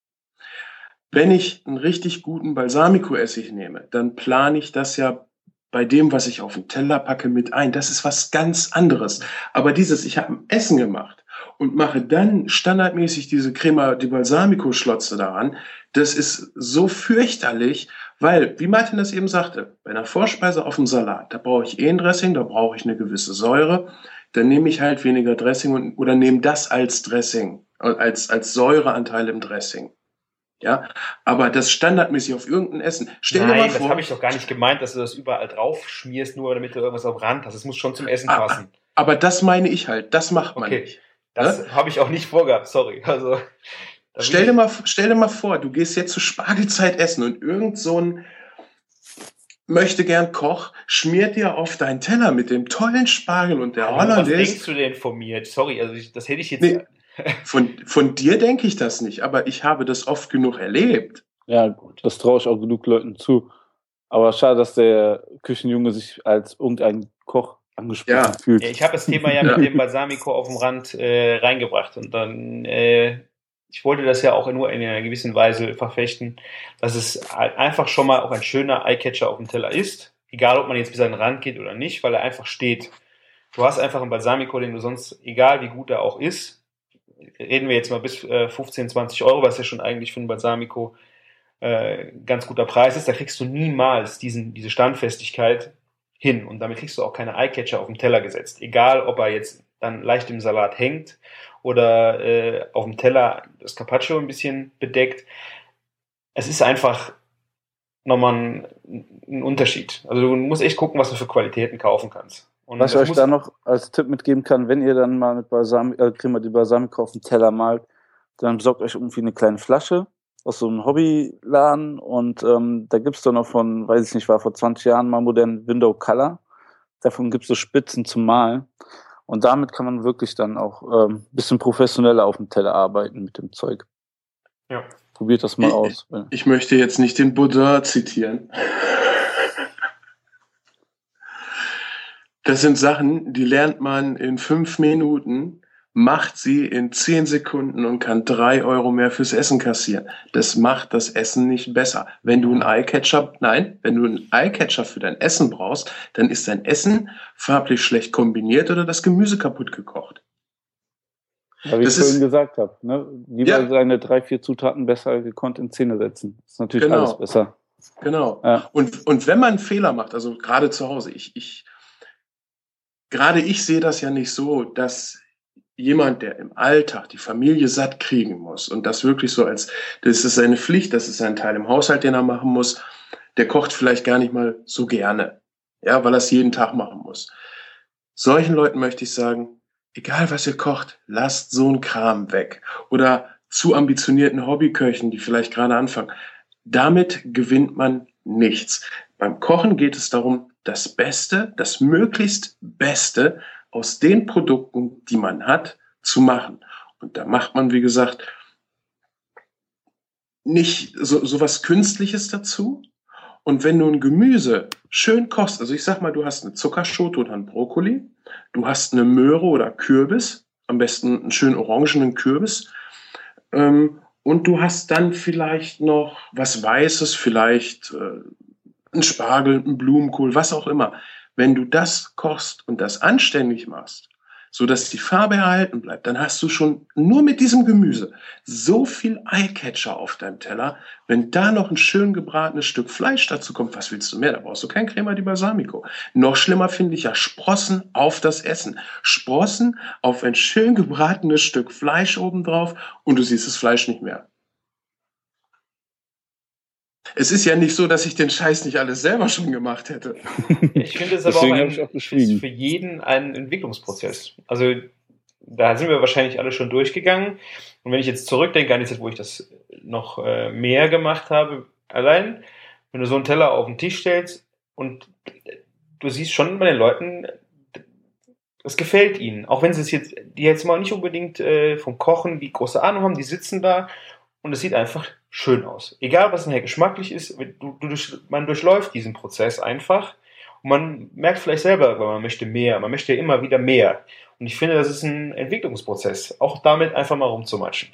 Wenn ich einen richtig guten Balsamico-Essig nehme, dann plane ich das ja bei dem, was ich auf den Teller packe, mit ein. Das ist was ganz anderes. Aber dieses, ich habe ein Essen gemacht und mache dann standardmäßig diese Crema di Balsamico-Schlotze daran, das ist so fürchterlich, weil, wie Martin das eben sagte, bei einer Vorspeise auf dem Salat, da brauche ich eh ein Dressing, da brauche ich eine gewisse Säure, dann nehme ich halt weniger Dressing und, oder nehme das als Dressing, als, als Säureanteil im Dressing. Ja, aber das standardmäßig auf irgendein Essen. Stell dir nein, mal das vor, habe ich doch gar nicht gemeint, dass du das überall drauf schmierst, nur damit du irgendwas auf Rand hast. Es muss schon zum Essen Ah, passen. aber das meine ich halt, das macht man Okay. nicht. Das habe ich auch nicht vorgehabt, sorry. Also, da will Stell ich- dir, mal, stell dir mal vor, du gehst jetzt zur Spargelzeit essen und irgend so ein möchte gern Koch schmiert dir auf deinen Teller mit dem tollen Spargel und der Was denkst Hollandaise. du denn von mir? Sorry, also ich, das hätte ich jetzt. Nee. Von, von dir denke ich das nicht, aber ich habe das oft genug erlebt. Ja, gut, das traue ich auch genug Leuten zu. Aber schade, dass der Küchenjunge sich als irgendein Koch angesprochen Ja. fühlt. Ja, ich habe das Thema ja mit dem Balsamico auf dem Rand äh, reingebracht und dann, äh, ich wollte das ja auch nur in einer gewissen Weise verfechten, dass es halt einfach schon mal auch ein schöner Eyecatcher auf dem Teller ist, egal ob man jetzt bis an den Rand geht oder nicht, weil er einfach steht. Du hast einfach einen Balsamico, den du sonst, egal wie gut er auch ist, reden wir jetzt mal bis äh, fünfzehn, zwanzig Euro, was ja schon eigentlich für einen Balsamico äh, ganz guter Preis ist, da kriegst du niemals diesen, diese Standfestigkeit hin und damit kriegst du auch keine Eyecatcher auf dem Teller gesetzt. Egal, ob er jetzt dann leicht im Salat hängt oder äh, auf dem Teller das Carpaccio ein bisschen bedeckt. Es ist einfach nochmal ein, ein Unterschied. Also du musst echt gucken, was du für Qualitäten kaufen kannst. Und Was ich das euch muss- da noch als Tipp mitgeben kann, wenn ihr dann mal mit Balsam, äh, Crema di Balsamico auf dem Teller malt, dann besorgt euch irgendwie eine kleine Flasche aus so einem Hobbyladen und ähm, da gibt's dann noch von, weiß ich nicht, war vor zwanzig Jahren mal modern Window Color. Davon gibt's so Spitzen zum Malen und damit kann man wirklich dann auch ein ähm, bisschen professioneller auf dem Teller arbeiten mit dem Zeug. Ja. Probiert das mal Ich- aus. Ich möchte jetzt nicht den Baudin zitieren. Das sind Sachen, die lernt man in fünf Minuten, macht sie in zehn Sekunden und kann drei Euro mehr fürs Essen kassieren. Das macht das Essen nicht besser. Wenn du einen Eyecatcher, nein, wenn du einen Eyecatcher für dein Essen brauchst, dann ist dein Essen farblich schlecht kombiniert oder das Gemüse kaputt gekocht. Ja, wie Das ich vorhin ist- gesagt habe, ne? Lieber Ja. seine drei, vier Zutaten besser gekonnt in Szene setzen. Das ist natürlich Genau. alles besser. Genau. Ja. Und, und wenn man einen Fehler macht, also gerade zu Hause, ich, ich, gerade ich sehe das ja nicht so, dass jemand, der im Alltag die Familie satt kriegen muss und das wirklich so als, das ist seine Pflicht, das ist ein Teil im Haushalt, den er machen muss, der kocht vielleicht gar nicht mal so gerne, ja, weil er es jeden Tag machen muss. Solchen Leuten möchte ich sagen, egal was ihr kocht, lasst so einen Kram weg. Oder zu ambitionierten Hobbyköchen, die vielleicht gerade anfangen. Damit gewinnt man nichts. Beim Kochen geht es darum, das Beste, das möglichst Beste aus den Produkten, die man hat, zu machen. Und da macht man, wie gesagt, nicht so, so was Künstliches dazu. Und wenn du ein Gemüse schön kochst, also ich sag mal, du hast eine Zuckerschote oder einen Brokkoli, du hast eine Möhre oder Kürbis, am besten einen schönen orangenen Kürbis, ähm, und du hast dann vielleicht noch was Weißes, vielleicht äh, ein Spargel, ein Blumenkohl, was auch immer. Wenn du das kochst und das anständig machst, so dass die Farbe erhalten bleibt, dann hast du schon nur mit diesem Gemüse so viel Eyecatcher auf deinem Teller. Wenn da noch ein schön gebratenes Stück Fleisch dazu kommt, was willst du mehr? Da brauchst du kein Crema di Balsamico. Noch schlimmer finde ich ja Sprossen auf das Essen. Sprossen auf ein schön gebratenes Stück Fleisch obendrauf und du siehst das Fleisch nicht mehr. Es ist ja nicht so, dass ich den Scheiß nicht alles selber schon gemacht hätte. Ich finde es aber auch, Deswegen ein, habe ich auch ist geschwiegen. für jeden ein Entwicklungsprozess. Also da sind wir wahrscheinlich alle schon durchgegangen. Und wenn ich jetzt zurückdenke an die Zeit, wo ich das noch äh, mehr gemacht habe, allein, wenn du so einen Teller auf den Tisch stellst und du siehst schon bei den Leuten, es gefällt ihnen. Auch wenn sie es jetzt, die jetzt mal nicht unbedingt äh, vom Kochen die große Ahnung haben, die sitzen da und es sieht einfach schön aus. Egal, was nachher geschmacklich ist, du, du, man durchläuft diesen Prozess einfach und man merkt vielleicht selber, weil man möchte mehr, man möchte ja immer wieder mehr. Und ich finde, das ist ein Entwicklungsprozess, auch damit einfach mal rumzumatschen.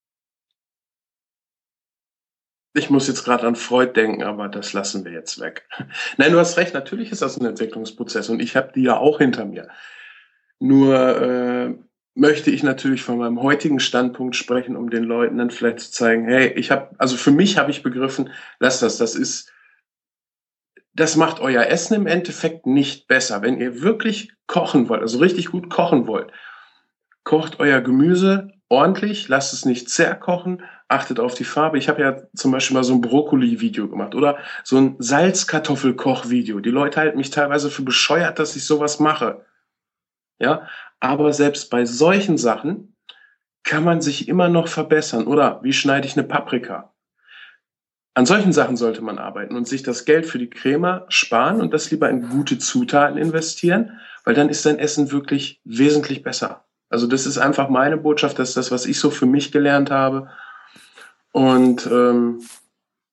Ich muss jetzt gerade an Freud denken, aber das lassen wir jetzt weg. Nein, du hast recht, natürlich ist das ein Entwicklungsprozess und ich habe die ja auch hinter mir. Nur äh, möchte ich natürlich von meinem heutigen Standpunkt sprechen, um den Leuten dann vielleicht zu zeigen, hey, ich habe, also für mich habe ich begriffen, lasst das, das ist, das macht euer Essen im Endeffekt nicht besser. Wenn ihr wirklich kochen wollt, also richtig gut kochen wollt, kocht euer Gemüse ordentlich, lasst es nicht zerkochen, achtet auf die Farbe. Ich habe ja zum Beispiel mal so ein Brokkoli-Video gemacht oder so ein Salzkartoffelkoch-Video. Die Leute halten mich teilweise für bescheuert, dass ich sowas mache. Ja, aber selbst bei solchen Sachen kann man sich immer noch verbessern. Oder wie schneide ich eine Paprika? An solchen Sachen sollte man arbeiten und sich das Geld für die Crema sparen und das lieber in gute Zutaten investieren, weil dann ist sein Essen wirklich wesentlich besser. Also das ist einfach meine Botschaft, das ist das, was ich so für mich gelernt habe. Und ähm,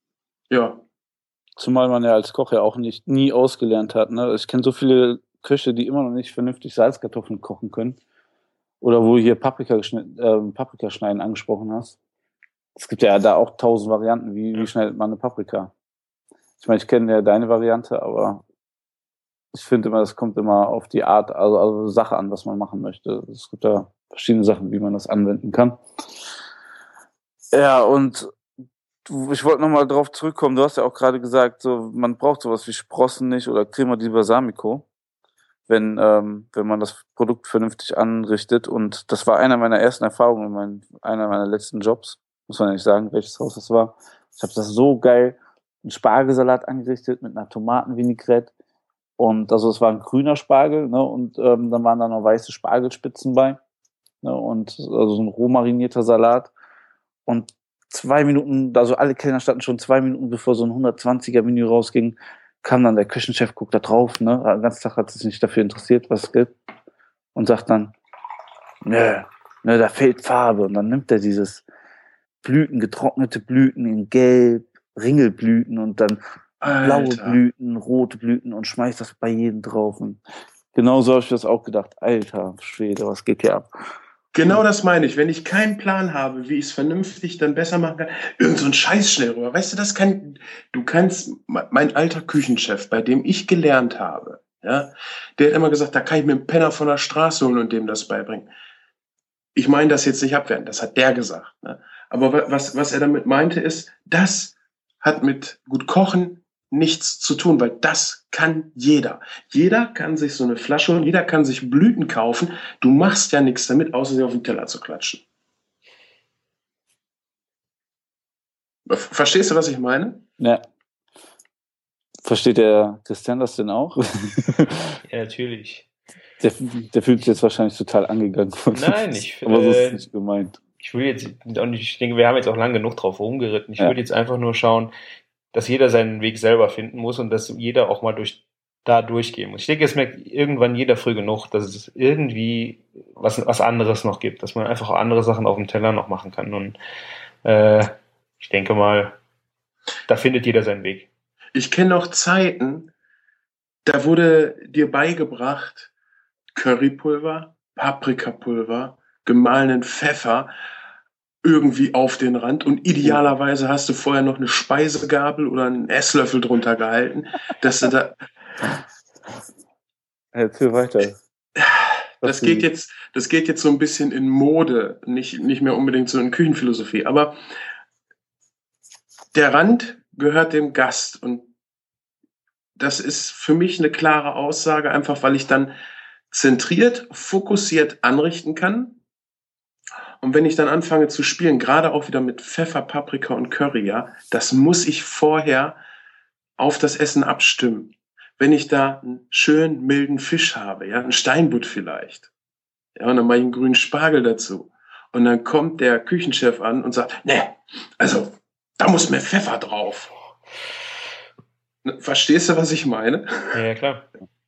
Ja. Zumal man ja als Koch ja auch nicht nie ausgelernt hat. Ne? Ich kenne so viele Köche, die immer noch nicht vernünftig Salzkartoffeln kochen können. Oder wo du hier Paprika äh, Paprikaschneiden angesprochen hast. Es gibt ja da auch tausend Varianten. Wie, wie schneidet man eine Paprika? Ich meine, ich kenne ja deine Variante, aber ich finde immer, es kommt immer auf die Art, also, also Sache an, was man machen möchte. Es gibt da verschiedene Sachen, wie man das anwenden kann. Ja, und du, ich wollte nochmal drauf zurückkommen. Du hast ja auch gerade gesagt, so, man braucht sowas wie Sprossen nicht oder Crema di Balsamico, wenn, ähm, wenn man das Produkt vernünftig anrichtet. Und das war einer meiner ersten Erfahrungen, mein, einer meiner letzten Jobs. Muss man ja nicht sagen, welches Haus das war. Ich habe das so geil, einen Spargelsalat angerichtet mit einer Tomatenvinaigrette. Und also es war ein grüner Spargel, ne? Und ähm, dann waren da noch weiße Spargelspitzen bei. Ne? Und also so ein roh marinierter Salat. Und zwei Minuten, also alle Kellner standen schon zwei Minuten, bevor so ein hundertzwanziger-Menü rausging, kam dann der Küchenchef, guckt da drauf, ne? Den ganzen Tag hat sich nicht dafür interessiert, was es gibt. Und sagt dann, nö, nö, da fehlt Farbe. Und dann nimmt er dieses Blüten, getrocknete Blüten in Gelb, Ringelblüten und dann blaue Alter. Blüten, rote Blüten und schmeißt das bei jedem drauf. Und genauso habe ich das auch gedacht. Alter Schwede, was geht hier ab? Genau das meine ich. Wenn ich keinen Plan habe, wie ich es vernünftig dann besser machen kann, irgend so ein Scheiß schnell rüber. Weißt du, das kann, du kannst, mein alter Küchenchef, bei dem ich gelernt habe, ja, der hat immer gesagt, da kann ich mir einen Penner von der Straße holen und dem das beibringen. Ich meine das jetzt nicht abwerten, das hat der gesagt. Ne? Aber was, was er damit meinte ist, das hat mit gut Kochen nichts zu tun, weil das kann jeder. Jeder kann sich so eine Flasche holen, jeder kann sich Blüten kaufen. Du machst ja nichts damit, außer sie auf den Teller zu klatschen. Verstehst du, was ich meine? Ja. Versteht der Christian das denn auch? Ja, natürlich. Der, der fühlt sich jetzt wahrscheinlich total angegangen von Nein, uns, ich, aber so ist äh, es nicht gemeint. Ich will jetzt auch nicht, ich denke, wir haben jetzt auch lang genug drauf rumgeritten. Ich Ja. würde jetzt einfach nur schauen, dass jeder seinen Weg selber finden muss und dass jeder auch mal durch da durchgehen muss. Ich denke, es merkt irgendwann jeder früh genug, dass es irgendwie was, was anderes noch gibt, dass man einfach auch andere Sachen auf dem Teller noch machen kann. Und äh, ich denke mal, da findet jeder seinen Weg. Ich kenne noch Zeiten, da wurde dir beigebracht, Currypulver, Paprikapulver, gemahlenen Pfeffer irgendwie auf den Rand und idealerweise hast du vorher noch eine Speisegabel oder einen Esslöffel drunter gehalten, dass du da... Erzähl weiter. Das geht jetzt, das geht jetzt so ein bisschen in Mode, nicht, nicht mehr unbedingt so in Küchenphilosophie, aber der Rand gehört dem Gast und das ist für mich eine klare Aussage, einfach weil ich dann zentriert, fokussiert anrichten kann. Und wenn ich dann anfange zu spielen, gerade auch wieder mit Pfeffer, Paprika und Curry, ja, das muss ich vorher auf das Essen abstimmen. Wenn ich da einen schönen, milden Fisch habe, ja, einen Steinbutt vielleicht, ja, und dann mache ich einen grünen Spargel dazu. Und dann kommt der Küchenchef an und sagt, ne, also, da muss mehr Pfeffer drauf. Verstehst du, was ich meine? Ja, klar.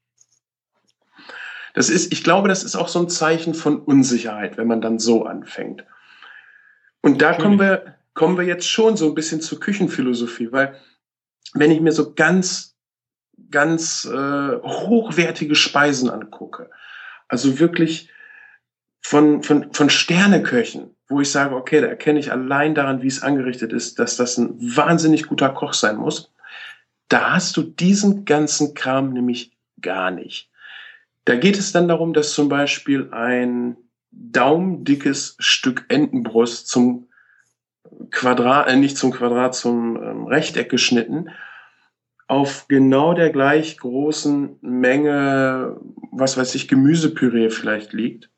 Das ist, ich glaube, das ist auch so ein Zeichen von Unsicherheit, wenn man dann so anfängt. Und da kommen wir, kommen wir jetzt schon so ein bisschen zur Küchenphilosophie, weil wenn ich mir so ganz, ganz äh, hochwertige Speisen angucke, also wirklich von, von, von Sterneköchen, wo ich sage, okay, da erkenne ich allein daran, wie es angerichtet ist, dass das ein wahnsinnig guter Koch sein muss, da hast du diesen ganzen Kram nämlich gar nicht. Da geht es dann darum, dass zum Beispiel ein daumendickes Stück Entenbrust zum Quadrat, äh, nicht zum Quadrat, zum ähm, Rechteck geschnitten, auf genau der gleich großen Menge, was weiß ich, Gemüsepüree vielleicht liegt.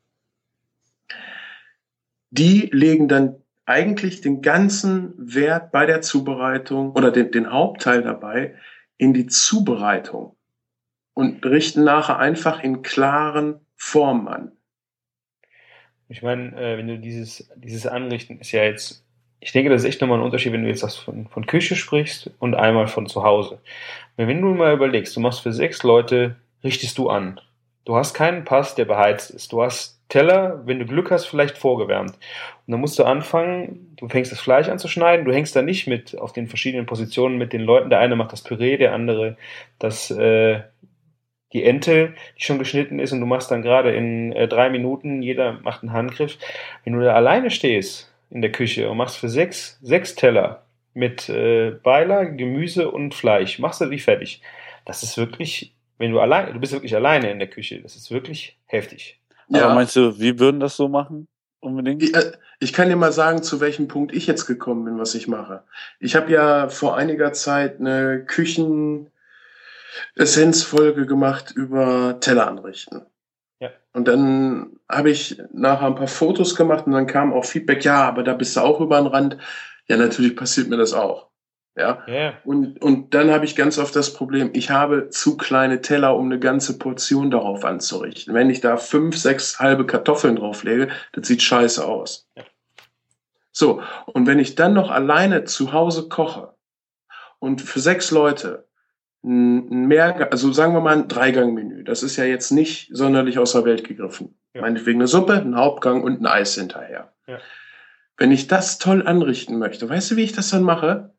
Die legen dann eigentlich den ganzen Wert bei der Zubereitung oder den, den Hauptteil dabei in die Zubereitung und richten nachher einfach in klaren Formen an. Ich meine, äh, wenn du dieses, dieses Anrichten ist ja jetzt, ich denke, das ist echt nochmal ein Unterschied, wenn du jetzt das von, von Küche sprichst und einmal von zu Hause. Wenn du mal überlegst, du machst für sechs Leute, richtest du an. Du hast keinen Pass, der beheizt ist. Du hast Teller, wenn du Glück hast, vielleicht vorgewärmt. Und dann musst du anfangen, du fängst das Fleisch an zu schneiden, du hängst da nicht mit auf den verschiedenen Positionen mit den Leuten. Der eine macht das Püree, der andere das, äh, die Ente, die schon geschnitten ist, und du machst dann gerade in äh, drei Minuten, jeder macht einen Handgriff. Wenn du da alleine stehst in der Küche und machst für sechs, sechs Teller mit äh, Beilage, Gemüse und Fleisch, machst du die fertig. Das ist wirklich, wenn du allein, du bist wirklich alleine in der Küche, das ist wirklich heftig. Ja. Aber meinst du, wir würden das so machen? Unbedingt? Ich, äh, ich kann dir mal sagen, zu welchem Punkt ich jetzt gekommen bin, was ich mache. Ich habe ja vor einiger Zeit eine Küchen-Essenz-Folge gemacht über Teller anrichten. Ja. Und dann habe ich nachher ein paar Fotos gemacht und dann kam auch Feedback, ja, aber da bist du auch über den Rand. Ja, natürlich passiert mir das auch. Ja. Ja. Und, und dann habe ich ganz oft das Problem, ich habe zu kleine Teller, um eine ganze Portion darauf anzurichten. Wenn ich da fünf, sechs halbe Kartoffeln drauflege, das sieht scheiße aus. Ja. So, und wenn ich dann noch alleine zu Hause koche und für sechs Leute ein mehr, also sagen wir mal ein Dreigang-Menü, das ist ja jetzt nicht sonderlich aus der Welt gegriffen. Ja. Meinetwegen eine Suppe, ein Hauptgang und ein Eis hinterher. Ja. Wenn ich das toll anrichten möchte, weißt du, wie ich das dann mache?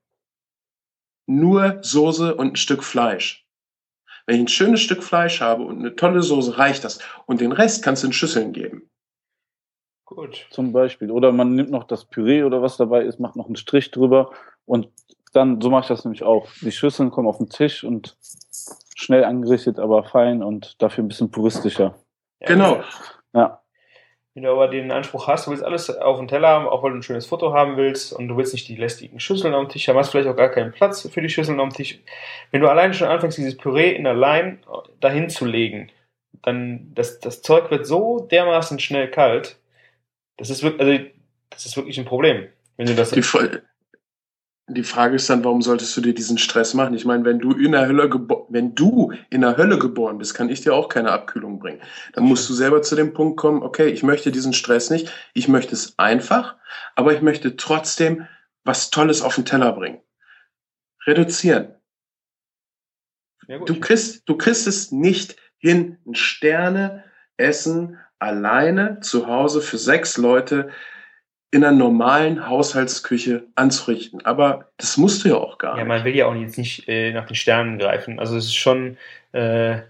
Nur Soße und ein Stück Fleisch. Wenn ich ein schönes Stück Fleisch habe und eine tolle Soße, reicht das. Und den Rest kannst du in Schüsseln geben. Gut. Zum Beispiel. Oder man nimmt noch das Püree oder was dabei ist, macht noch einen Strich drüber und dann, so mache ich das nämlich auch. Die Schüsseln kommen auf den Tisch und schnell angerichtet, aber fein und dafür ein bisschen puristischer. Ja, Genau. Ja. Wenn du aber den Anspruch hast, du willst alles auf dem Teller haben, auch weil du ein schönes Foto haben willst und du willst nicht die lästigen Schüsseln am Tisch haben, hast vielleicht auch gar keinen Platz für die Schüsseln am Tisch. Wenn du alleine schon anfängst, dieses Püree in der Line dahin zu legen, dann das, das Zeug wird so dermaßen schnell kalt, das ist wirklich, also das ist wirklich ein Problem. Wenn du das Die, die Frage ist dann, warum solltest du dir diesen Stress machen? Ich meine, wenn du in der Hölle gebo- wenn du in der Hölle geboren bist, kann ich dir auch keine Abkühlung bringen. Dann musst du selber zu dem Punkt kommen, okay, ich möchte diesen Stress nicht, ich möchte es einfach, aber ich möchte trotzdem was Tolles auf den Teller bringen. Reduzieren. ja, gut. Du kriegst, du kriegst es nicht hin, ein Sterne-Essen alleine zu Hause für sechs Leute in einer normalen Haushaltsküche anzurichten. Aber das musst du ja auch gar Ja, nicht. man will ja auch jetzt nicht äh, nach den Sternen greifen. Also es ist schon, äh,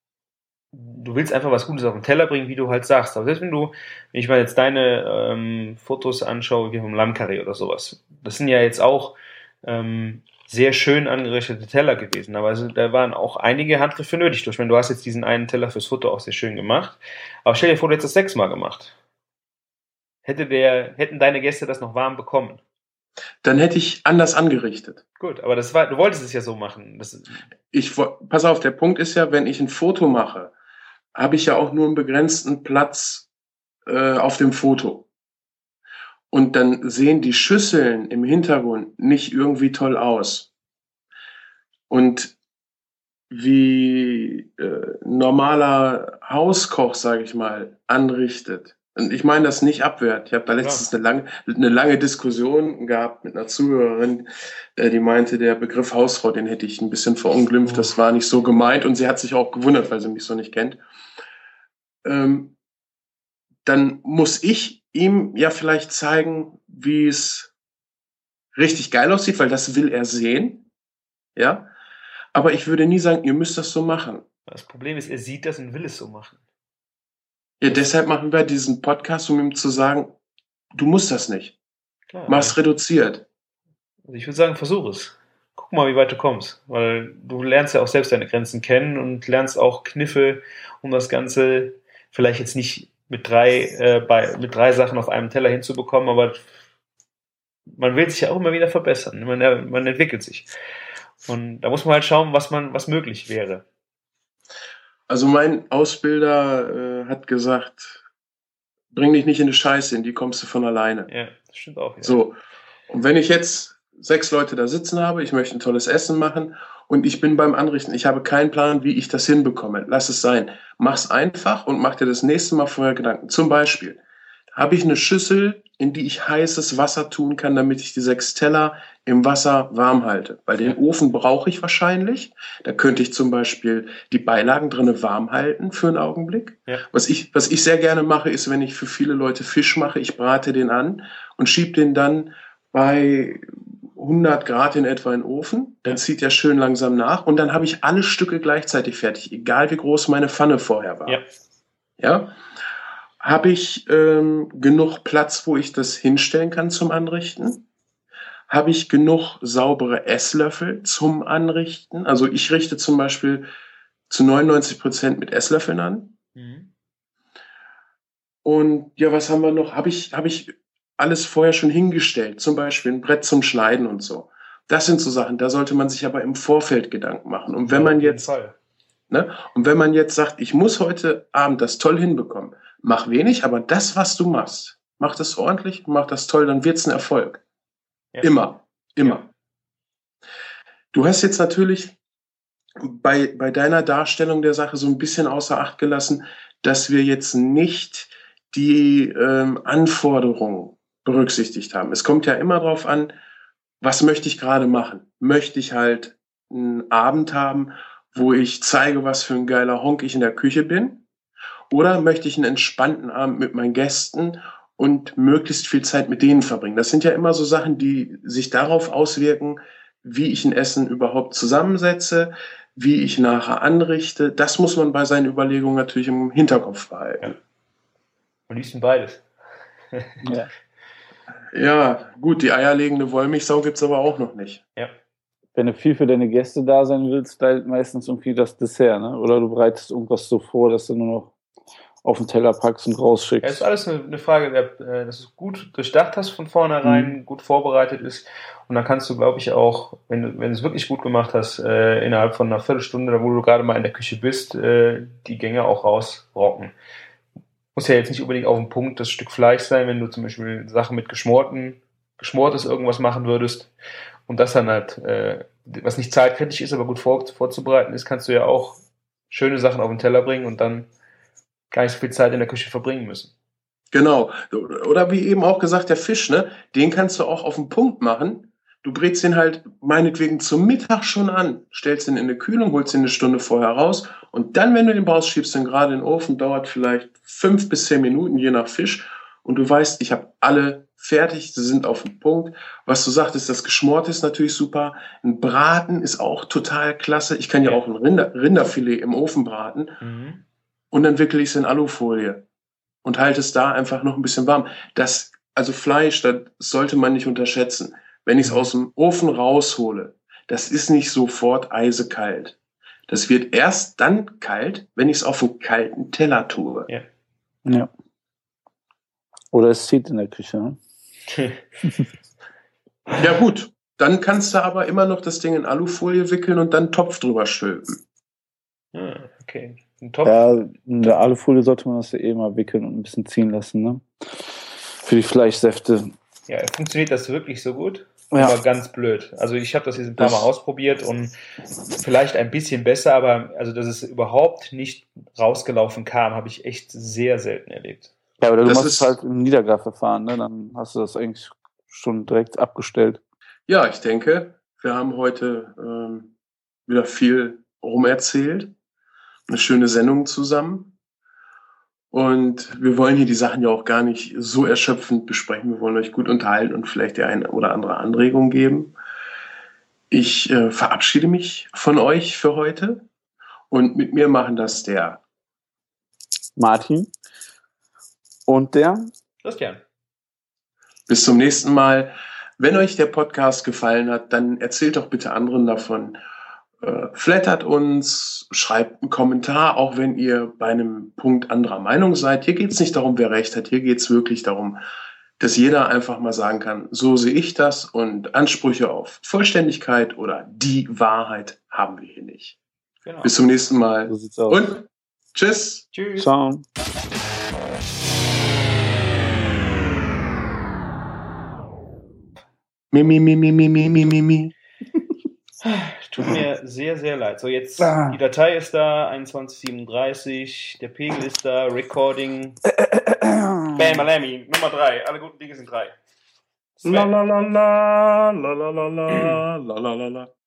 du willst einfach was Gutes auf den Teller bringen, wie du halt sagst. Aber selbst wenn du, wenn ich mal jetzt deine ähm, Fotos anschaue, wie vom Lammkarree oder sowas, das sind ja jetzt auch ähm, sehr schön angerichtete Teller gewesen. Aber also, da waren auch einige Handgriffe nötig. Ich meine, du hast jetzt diesen einen Teller fürs Foto auch sehr schön gemacht. Aber stell dir vor, du hättest das sechsmal gemacht. Hätte der, hätten deine Gäste das noch warm bekommen? Dann hätte ich anders angerichtet. Gut, aber das war, du wolltest es ja so machen. Das, Ich, wo- pass auf, der Punkt ist ja, wenn ich ein Foto mache, habe ich ja auch nur einen begrenzten Platz äh, auf dem Foto. Und dann sehen die Schüsseln im Hintergrund nicht irgendwie toll aus. Und wie äh, normaler Hauskoch, sage ich mal, anrichtet. Und ich meine das nicht abwert. Ich habe da letztens eine lange, eine lange Diskussion gehabt mit einer Zuhörerin, äh, die meinte, der Begriff Hausfrau, den hätte ich ein bisschen verunglimpft. Das war nicht so gemeint und sie hat sich auch gewundert, weil sie mich so nicht kennt. Ähm, dann muss ich ihm ja vielleicht zeigen, wie es richtig geil aussieht, weil das will er sehen. Ja. Aber ich würde nie sagen, ihr müsst das so machen. das Problem ist, er sieht das und will es so machen. Ja, deshalb machen wir diesen Podcast, um ihm zu sagen, du musst das nicht. Klar, Mach's reduziert. also ich würde sagen, versuch es. Guck mal, wie weit du kommst. Weil du lernst ja auch selbst deine Grenzen kennen und lernst auch Kniffe, um das Ganze vielleicht jetzt nicht mit drei, äh, bei, mit drei Sachen auf einem Teller hinzubekommen, aber man will sich ja auch immer wieder verbessern. Man, man entwickelt sich. Und da muss man halt schauen, was man, was möglich wäre. Also mein Ausbilder äh, hat gesagt, bring dich nicht in die Scheiße, in die kommst du von alleine. Ja, das stimmt auch. Ja. So, und wenn ich jetzt sechs Leute da sitzen habe, ich möchte ein tolles Essen machen und ich bin beim Anrichten, ich habe keinen Plan, wie ich das hinbekomme. Lass es sein. Mach's einfach und mach dir das nächste Mal vorher Gedanken. Zum Beispiel habe ich eine Schüssel in die ich heißes Wasser tun kann, damit ich die sechs Teller im Wasser warm halte. Weil den Ofen brauche ich wahrscheinlich. Da könnte ich zum Beispiel die Beilagen drinnen warm halten für einen Augenblick. Ja. Was ich, was ich sehr gerne mache, ist, wenn ich für viele Leute Fisch mache, ich brate den an und schiebe den dann bei hundert Grad in etwa in den Ofen. Dann zieht der schön langsam nach und dann habe ich alle Stücke gleichzeitig fertig, egal wie groß meine Pfanne vorher war. Ja. Ja? Habe ich ähm, genug Platz, wo ich das hinstellen kann zum Anrichten? Habe ich genug saubere Esslöffel zum Anrichten? Also ich richte zum Beispiel zu neunundneunzig Prozent mit Esslöffeln an. Mhm. Und ja, was haben wir noch? Habe ich, habe ich alles vorher schon hingestellt? Zum Beispiel ein Brett zum Schneiden und so. Das sind so Sachen, da sollte man sich aber im Vorfeld Gedanken machen. Und wenn Ja, man auf jeden jetzt, Fall. ne, und wenn man jetzt sagt, ich muss heute Abend das toll hinbekommen, mach wenig, aber das, was du machst, mach das ordentlich und mach das toll, dann wird's ein Erfolg. Ja. Immer, immer. Du hast jetzt natürlich bei, bei deiner Darstellung der Sache so ein bisschen außer Acht gelassen, dass wir jetzt nicht die ähm, Anforderungen berücksichtigt haben. Es kommt ja immer drauf an, was möchte ich gerade machen? Möchte ich halt einen Abend haben, wo ich zeige, was für ein geiler Honk ich in der Küche bin? Oder möchte ich einen entspannten Abend mit meinen Gästen und möglichst viel Zeit mit denen verbringen? Das sind ja immer so Sachen, die sich darauf auswirken, wie ich ein Essen überhaupt zusammensetze, wie ich nachher anrichte. Das muss man bei seinen Überlegungen natürlich im Hinterkopf behalten. Ja. Am liebsten beides. Ja. Ja, gut, die eierlegende Wollmilchsau gibt's aber auch noch nicht. Ja. Wenn du viel für deine Gäste da sein willst, dann meistens irgendwie das Dessert, ne? Oder du bereitest irgendwas so vor, dass du nur noch auf den Teller packst und rausschickst. Ja, es ist alles eine, eine Frage, der, dass du es gut durchdacht hast von vornherein, Mhm. gut vorbereitet ist. Und dann kannst du, glaube ich, auch, wenn du, wenn du es wirklich gut gemacht hast, äh, innerhalb von einer Viertelstunde, wo du gerade mal in der Küche bist, äh, die Gänge auch rausrocken. Muss ja jetzt nicht unbedingt auf den Punkt das Stück Fleisch sein, wenn du zum Beispiel Sachen mit geschmorten, geschmortes irgendwas machen würdest und das dann halt, äh, was nicht zeitkritisch ist, aber gut vor, vorzubereiten ist, kannst du ja auch schöne Sachen auf den Teller bringen und dann gar nicht so viel Zeit in der Küche verbringen müssen. Genau. Oder wie eben auch gesagt, der Fisch, ne? Den kannst du auch auf den Punkt machen. Du brätst den halt meinetwegen zum Mittag schon an, stellst ihn in eine Kühlung, holst ihn eine Stunde vorher raus und dann, wenn du den rausschiebst, dann gerade in den Ofen, dauert vielleicht fünf bis zehn Minuten, je nach Fisch. Und du weißt, ich habe alle fertig, sie sind auf dem Punkt. Was du sagtest, das Geschmorte ist natürlich super. Ein Braten ist auch total klasse. Ich kann ja auch ein Rinder, Rinderfilet im Ofen braten. Mhm. Und dann wickele ich es in Alufolie und halte es da einfach noch ein bisschen warm. Das, also Fleisch, das sollte man nicht unterschätzen. Wenn ich es aus dem Ofen raushole, das ist nicht sofort eisekalt. Das wird erst dann kalt, wenn ich es auf einen kalten Teller tue. Ja. Ja. Oder es zieht in der Küche. Ne? Ja gut, dann kannst du aber immer noch das Ding in Alufolie wickeln und dann einen Topf drüber stülpen. Ah, okay. Ein Topf. Ja, in der Alufolie sollte man das ja eh mal wickeln und ein bisschen ziehen lassen, ne? Für die Fleischsäfte. Ja, funktioniert das wirklich so gut? Ja. Aber ganz blöd. Also ich habe das jetzt ein paar Das- Mal ausprobiert und vielleicht ein bisschen besser, aber also dass es überhaupt nicht rausgelaufen kam, habe ich echt sehr selten erlebt. Ja, oder du Das machst ist- es halt im Niedergarverfahren, ne? Dann hast du das eigentlich schon direkt abgestellt. Ja, ich denke, wir haben heute ähm, wieder viel rumerzählt. Eine schöne Sendung zusammen. Und wir wollen hier die Sachen ja auch gar nicht so erschöpfend besprechen. Wir wollen euch gut unterhalten und vielleicht die eine oder andere Anregung geben. Ich äh, verabschiede mich von euch für heute. Und mit mir machen das der Martin. Und der? Christian. Bis zum nächsten Mal. Wenn euch der Podcast gefallen hat, dann erzählt doch bitte anderen davon. Äh, flattert uns, schreibt einen Kommentar, auch wenn ihr bei einem Punkt anderer Meinung seid. Hier geht es nicht darum, wer recht hat. Hier geht es wirklich darum, dass jeder einfach mal sagen kann, so sehe ich das und Ansprüche auf Vollständigkeit oder die Wahrheit haben wir hier nicht. Genau. Bis zum nächsten Mal So sieht's aus. und tschüss. Tschüss. Ciao. Mi, mi, mi, mi, mi, mi, mi, mi, mi. Tut mir sehr, sehr leid. So, jetzt Ah. die Datei ist da, einundzwanzig siebenunddreißig, der Pegel ist da, Recording. Bam, Malami, Nummer drei. Alle guten Dinge sind drei. La la la la, la la la la, la la la la.